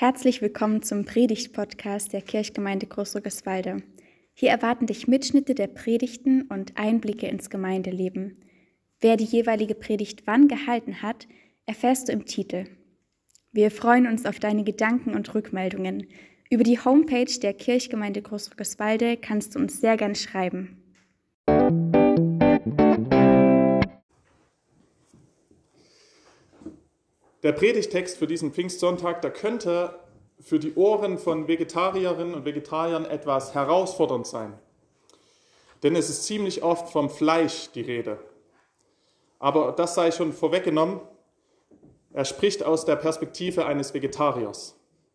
Herzlich willkommen zum Predigt-Podcast der Kirchgemeinde Großrückeswalde. Hier erwarten dich Mitschnitte der Predigten und Einblicke ins Gemeindeleben. Wer die jeweilige Predigt wann gehalten hat, erfährst du im Titel. Wir freuen uns auf deine Gedanken und Rückmeldungen. Über die Homepage der Kirchgemeinde Großrückeswalde kannst du uns sehr gern schreiben. Der Predigtext für diesen Pfingstsonntag, der könnte für die Ohren von Vegetarierinnen und Vegetariern etwas herausfordernd sein. Denn es ist ziemlich oft vom Fleisch die Rede. Aber das sei schon vorweggenommen, er spricht aus der Perspektive eines Vegetariers.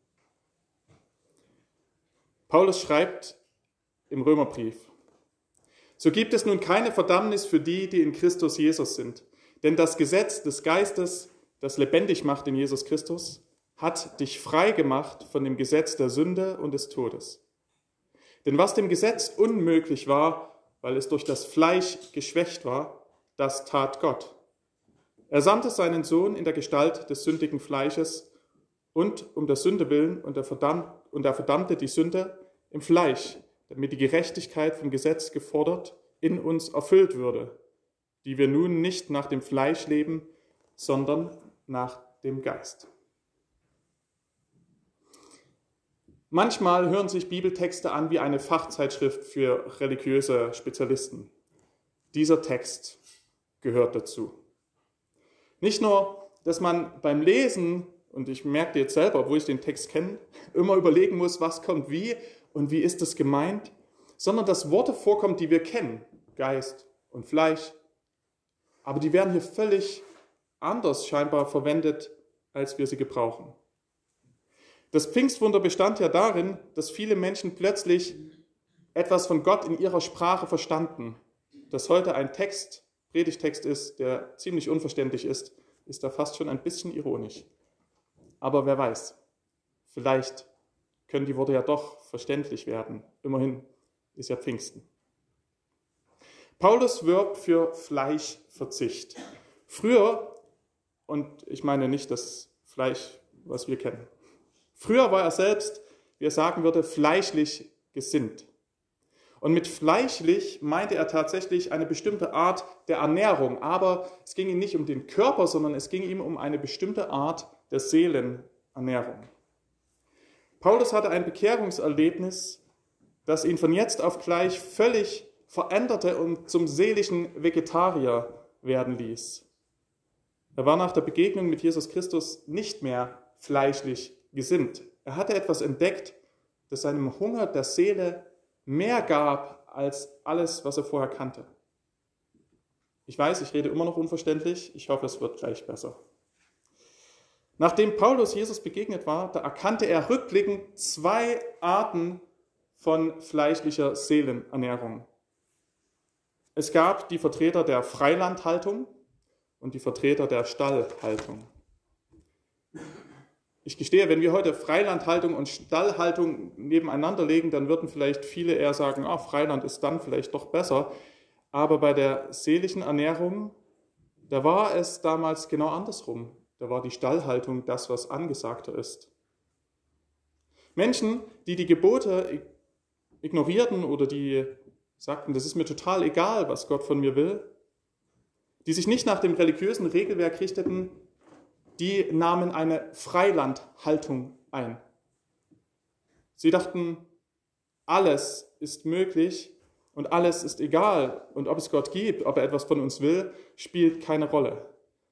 Paulus schreibt im Römerbrief: So gibt es nun keine Verdammnis für die, die in Christus Jesus sind. Denn das Gesetz des Geistes, das lebendig macht in Jesus Christus, hat dich frei gemacht von dem Gesetz der Sünde und des Todes. Denn was dem Gesetz unmöglich war, weil es durch das Fleisch geschwächt war, das tat Gott. Er sandte seinen Sohn in der Gestalt des sündigen Fleisches und um der Sünde willen und er verdammte die Sünde im Fleisch, damit die Gerechtigkeit vom Gesetz gefordert in uns erfüllt würde, die wir nun nicht nach dem Fleisch leben, sondern nach dem Geist. Manchmal hören sich Bibeltexte an wie eine Fachzeitschrift für religiöse Spezialisten. Dieser Text gehört dazu. Nicht nur, dass man beim Lesen, und ich merke jetzt selber, obwohl ich den Text kenne, immer überlegen muss, was kommt wie und wie ist das gemeint, sondern dass Worte vorkommen, die wir kennen, Geist und Fleisch, aber die werden hier völlig anders scheinbar verwendet, als wir sie gebrauchen. Das Pfingstwunder bestand ja darin, dass viele Menschen plötzlich etwas von Gott in ihrer Sprache verstanden. Dass heute ein Predigtext ist, der ziemlich unverständlich ist da fast schon ein bisschen ironisch. Aber wer weiß, vielleicht können die Worte ja doch verständlich werden. Immerhin ist ja Pfingsten. Paulus wirbt für Fleischverzicht. Früher, und ich meine nicht das Fleisch, was wir kennen. Früher war er selbst, wie er sagen würde, fleischlich gesinnt. Und mit fleischlich meinte er tatsächlich eine bestimmte Art der Ernährung. Aber es ging ihm nicht um den Körper, sondern es ging ihm um eine bestimmte Art der Seelenernährung. Paulus hatte ein Bekehrungserlebnis, das ihn von jetzt auf gleich völlig veränderte und zum seelischen Vegetarier werden ließ. Er war nach der Begegnung mit Jesus Christus nicht mehr fleischlich gesinnt. Er hatte etwas entdeckt, das seinem Hunger der Seele mehr gab als alles, was er vorher kannte. Ich weiß, ich rede immer noch unverständlich. Ich hoffe, es wird gleich besser. Nachdem Paulus Jesus begegnet war, da erkannte er rückblickend zwei Arten von fleischlicher Seelenernährung. Es gab die Vertreter der Freilandhaltung und die Vertreter der Stallhaltung. Ich gestehe, wenn wir heute Freilandhaltung und Stallhaltung nebeneinander legen, dann würden vielleicht viele eher sagen, Freiland ist dann vielleicht doch besser. Aber bei der seelischen Ernährung, da war es damals genau andersrum. Da war die Stallhaltung das, was angesagter ist. Menschen, die die Gebote ignorierten oder die sagten, das ist mir total egal, was Gott von mir will, die sich nicht nach dem religiösen Regelwerk richteten, die nahmen eine Freilandhaltung ein. Sie dachten, alles ist möglich und alles ist egal. Und ob es Gott gibt, ob er etwas von uns will, spielt keine Rolle.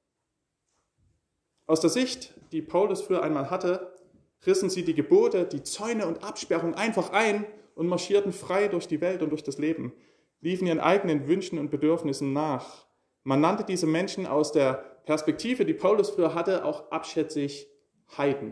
Aus der Sicht, die Paulus früher einmal hatte, rissen sie die Gebote, die Zäune und Absperrung einfach ein und marschierten frei durch die Welt und durch das Leben, liefen ihren eigenen Wünschen und Bedürfnissen nach. Man nannte diese Menschen aus der Perspektive, die Paulus früher hatte, auch abschätzig Heiden.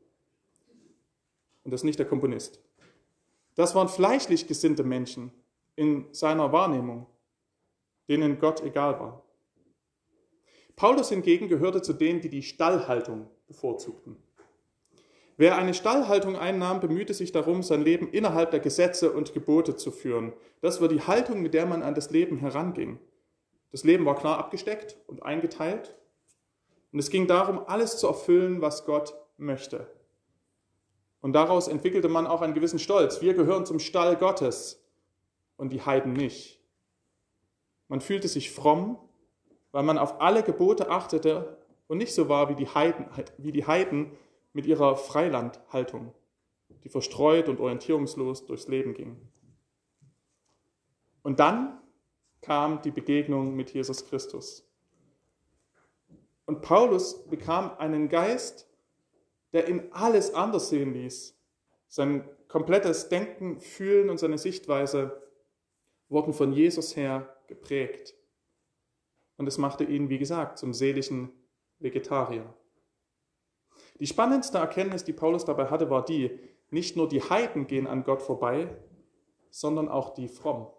Und das ist nicht der Komponist. Das waren fleischlich gesinnte Menschen in seiner Wahrnehmung, denen Gott egal war. Paulus hingegen gehörte zu denen, die die Stallhaltung bevorzugten. Wer eine Stallhaltung einnahm, bemühte sich darum, sein Leben innerhalb der Gesetze und Gebote zu führen. Das war die Haltung, mit der man an das Leben heranging. Das Leben war klar abgesteckt und eingeteilt. Und es ging darum, alles zu erfüllen, was Gott möchte. Und daraus entwickelte man auch einen gewissen Stolz. Wir gehören zum Stall Gottes und die Heiden nicht. Man fühlte sich fromm, weil man auf alle Gebote achtete und nicht so war wie die Heiden mit ihrer Freilandhaltung, die verstreut und orientierungslos durchs Leben ging. Und dann kam die Begegnung mit Jesus Christus. Und Paulus bekam einen Geist, der ihn alles anders sehen ließ. Sein komplettes Denken, Fühlen und seine Sichtweise wurden von Jesus her geprägt. Und es machte ihn, wie gesagt, zum seelischen Vegetarier. Die spannendste Erkenntnis, die Paulus dabei hatte, war die, nicht nur die Heiden gehen an Gott vorbei, sondern auch die Frommen.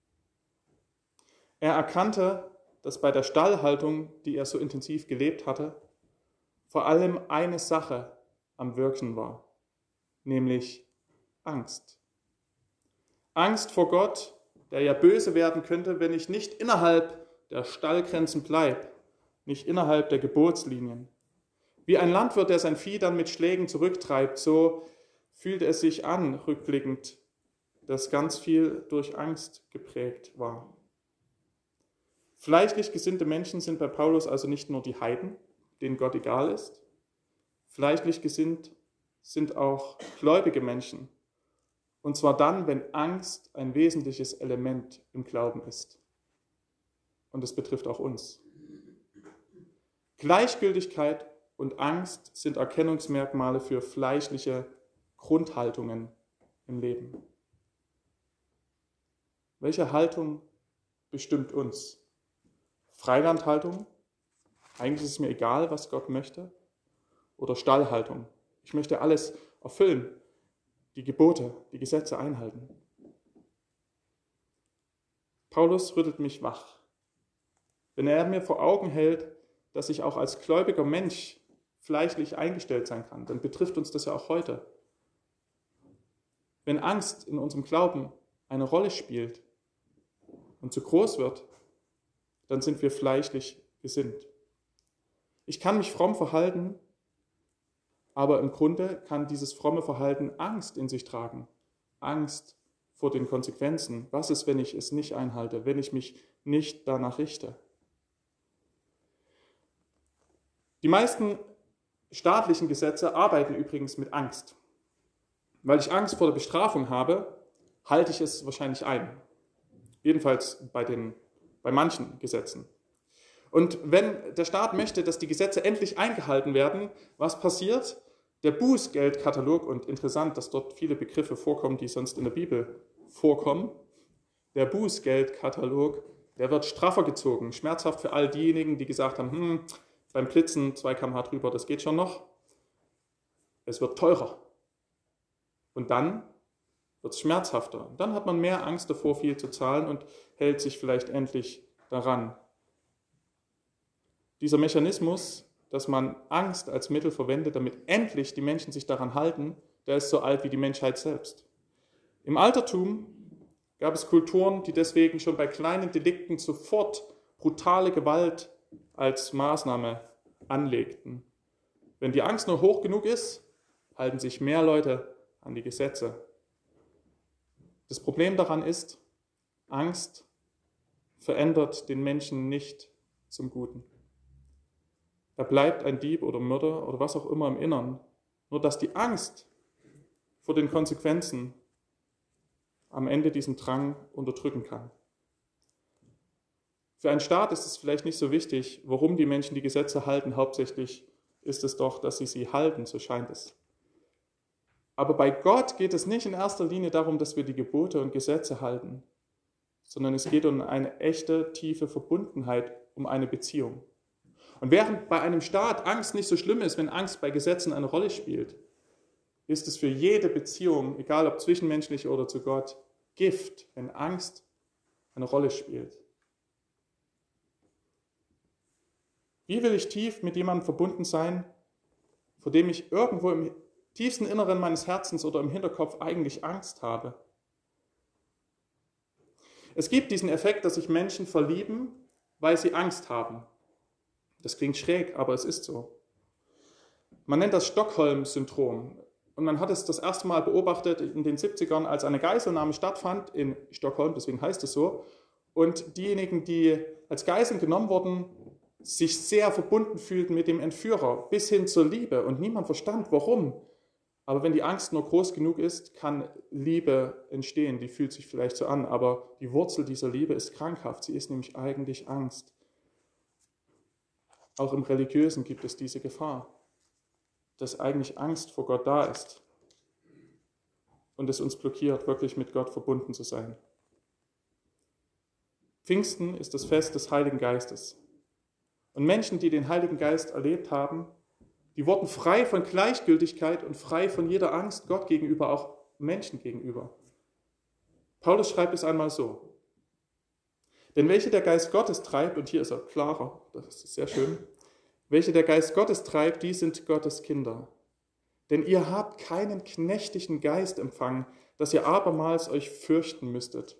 Er erkannte, dass bei der Stallhaltung, die er so intensiv gelebt hatte, vor allem eine Sache am Wirken war, nämlich Angst. Angst vor Gott, der ja böse werden könnte, wenn ich nicht innerhalb der Stallgrenzen bleibe, nicht innerhalb der Gebotslinien. Wie ein Landwirt, der sein Vieh dann mit Schlägen zurücktreibt, so fühlt es sich an, rückblickend, dass ganz viel durch Angst geprägt war. Fleischlich gesinnte Menschen sind bei Paulus also nicht nur die Heiden, denen Gott egal ist. Fleischlich gesinnt sind auch gläubige Menschen. Und zwar dann, wenn Angst ein wesentliches Element im Glauben ist. Und das betrifft auch uns. Gleichgültigkeit und Angst sind Erkennungsmerkmale für fleischliche Grundhaltungen im Leben. Welche Haltung bestimmt uns? Freilandhaltung? Eigentlich ist es mir egal, was Gott möchte. Oder Stallhaltung? Ich möchte alles erfüllen, die Gebote, die Gesetze einhalten. Paulus rüttelt mich wach, wenn er mir vor Augen hält, dass ich auch als gläubiger Mensch fleischlich eingestellt sein kann. Dann betrifft uns das ja auch heute. Wenn Angst in unserem Glauben eine Rolle spielt und zu groß wird, dann sind wir fleischlich gesinnt. Ich kann mich fromm verhalten, aber im Grunde kann dieses fromme Verhalten Angst in sich tragen. Angst vor den Konsequenzen. Was ist, wenn ich es nicht einhalte, wenn ich mich nicht danach richte? Die meisten staatlichen Gesetze arbeiten übrigens mit Angst. Weil ich Angst vor der Bestrafung habe, halte ich es wahrscheinlich ein. Jedenfalls bei manchen Gesetzen. Und wenn der Staat möchte, dass die Gesetze endlich eingehalten werden, was passiert? Der Bußgeldkatalog, und interessant, dass dort viele Begriffe vorkommen, die sonst in der Bibel vorkommen, der Bußgeldkatalog, der wird straffer gezogen, schmerzhaft für all diejenigen, die gesagt haben, beim Blitzen 2 km/h drüber, das geht schon noch. Es wird teurer. Und dann wird es schmerzhafter. Und dann hat man mehr Angst davor, viel zu zahlen und hält sich vielleicht endlich daran. Dieser Mechanismus, dass man Angst als Mittel verwendet, damit endlich die Menschen sich daran halten, der ist so alt wie die Menschheit selbst. Im Altertum gab es Kulturen, die deswegen schon bei kleinen Delikten sofort brutale Gewalt als Maßnahme anlegten. Wenn die Angst nur hoch genug ist, halten sich mehr Leute an die Gesetze. Das Problem daran ist, Angst verändert den Menschen nicht zum Guten. Er bleibt ein Dieb oder Mörder oder was auch immer im Innern. Nur dass die Angst vor den Konsequenzen am Ende diesen Drang unterdrücken kann. Für einen Staat ist es vielleicht nicht so wichtig, warum die Menschen die Gesetze halten. Hauptsächlich ist es doch, dass sie halten, so scheint es. Aber bei Gott geht es nicht in erster Linie darum, dass wir die Gebote und Gesetze halten, sondern es geht um eine echte, tiefe Verbundenheit, um eine Beziehung. Und während bei einem Staat Angst nicht so schlimm ist, wenn Angst bei Gesetzen eine Rolle spielt, ist es für jede Beziehung, egal ob zwischenmenschlich oder zu Gott, Gift, wenn Angst eine Rolle spielt. Wie will ich tief mit jemandem verbunden sein, vor dem ich irgendwo im tiefsten Inneren meines Herzens oder im Hinterkopf eigentlich Angst habe? Es gibt diesen Effekt, dass sich Menschen verlieben, weil sie Angst haben. Das klingt schräg, aber es ist so. Man nennt das Stockholm-Syndrom. Und man hat es das erste Mal beobachtet in den 70ern, als eine Geiselnahme stattfand in Stockholm, deswegen heißt es so. Und diejenigen, die als Geiseln genommen wurden, sich sehr verbunden fühlten mit dem Entführer, bis hin zur Liebe. Und niemand verstand, warum. Aber wenn die Angst nur groß genug ist, kann Liebe entstehen. Die fühlt sich vielleicht so an, aber die Wurzel dieser Liebe ist krankhaft. Sie ist nämlich eigentlich Angst. Auch im Religiösen gibt es diese Gefahr, dass eigentlich Angst vor Gott da ist und es uns blockiert, wirklich mit Gott verbunden zu sein. Pfingsten ist das Fest des Heiligen Geistes. Und Menschen, die den Heiligen Geist erlebt haben, die wurden frei von Gleichgültigkeit und frei von jeder Angst Gott gegenüber, auch Menschen gegenüber. Paulus schreibt es einmal so: Denn welche der Geist Gottes treibt, und hier ist er klarer, das ist sehr schön, welche der Geist Gottes treibt, die sind Gottes Kinder. Denn ihr habt keinen knechtigen Geist empfangen, dass ihr abermals euch fürchten müsstet.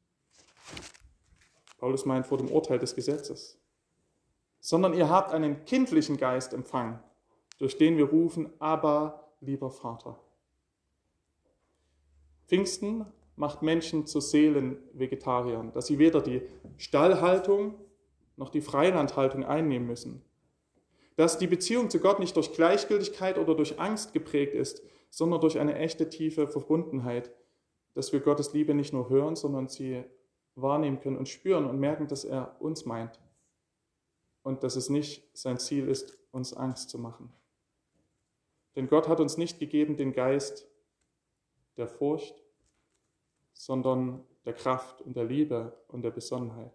Paulus meint vor dem Urteil des Gesetzes. Sondern ihr habt einen kindlichen Geist empfangen, durch den wir rufen, Abba, lieber Vater. Pfingsten macht Menschen zu Seelenvegetariern, dass sie weder die Stallhaltung noch die Freilandhaltung einnehmen müssen. Dass die Beziehung zu Gott nicht durch Gleichgültigkeit oder durch Angst geprägt ist, sondern durch eine echte tiefe Verbundenheit, dass wir Gottes Liebe nicht nur hören, sondern sie wahrnehmen können und spüren und merken, dass er uns meint und dass es nicht sein Ziel ist, uns Angst zu machen. Denn Gott hat uns nicht gegeben den Geist der Furcht, sondern der Kraft und der Liebe und der Besonnenheit.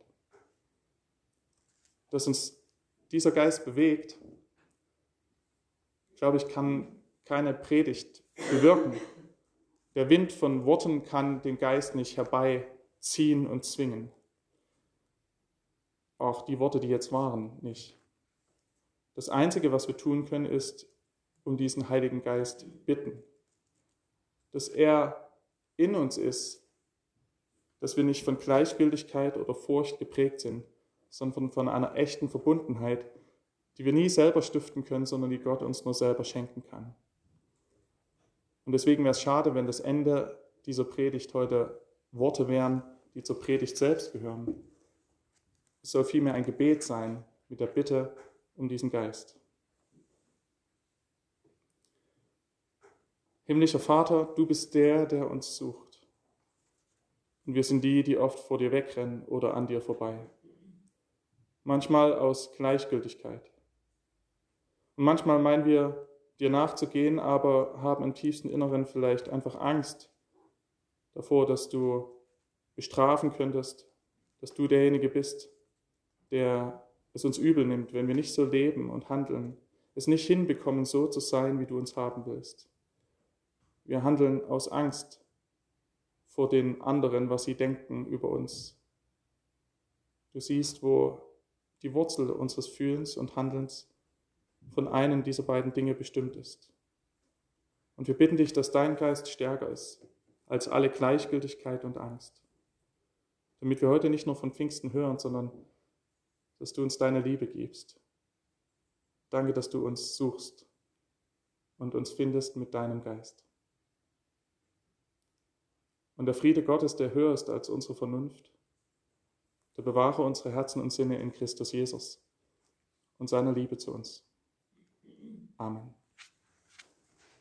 Dass uns dieser Geist bewegt, glaube ich, kann keine Predigt bewirken. Der Wind von Worten kann den Geist nicht herbeiziehen und zwingen. Auch die Worte, die jetzt waren, nicht. Das Einzige, was wir tun können, ist um diesen Heiligen Geist bitten. Dass er in uns ist, dass wir nicht von Gleichgültigkeit oder Furcht geprägt sind, sondern von einer echten Verbundenheit, die wir nie selber stiften können, sondern die Gott uns nur selber schenken kann. Und deswegen wäre es schade, wenn das Ende dieser Predigt heute Worte wären, die zur Predigt selbst gehören. Es soll vielmehr ein Gebet sein mit der Bitte um diesen Geist. Himmlischer Vater, du bist der, der uns sucht. Und wir sind die, die oft vor dir wegrennen oder an dir vorbei. Manchmal aus Gleichgültigkeit. Und manchmal meinen wir, dir nachzugehen, aber haben im tiefsten Inneren vielleicht einfach Angst davor, dass du bestrafen könntest, dass du derjenige bist, der es uns übel nimmt, wenn wir nicht so leben und handeln, es nicht hinbekommen, so zu sein, wie du uns haben willst. Wir handeln aus Angst vor den anderen, was sie denken über uns. Du siehst, wo die Wurzel unseres Fühlens und Handelns von einem dieser beiden Dinge bestimmt ist. Und wir bitten dich, dass dein Geist stärker ist als alle Gleichgültigkeit und Angst. Damit wir heute nicht nur von Pfingsten hören, sondern dass du uns deine Liebe gibst. Danke, dass du uns suchst und uns findest mit deinem Geist. Und der Friede Gottes, der höher ist als unsere Vernunft, der bewahre unsere Herzen und Sinne in Christus Jesus und seiner Liebe zu uns. Amen.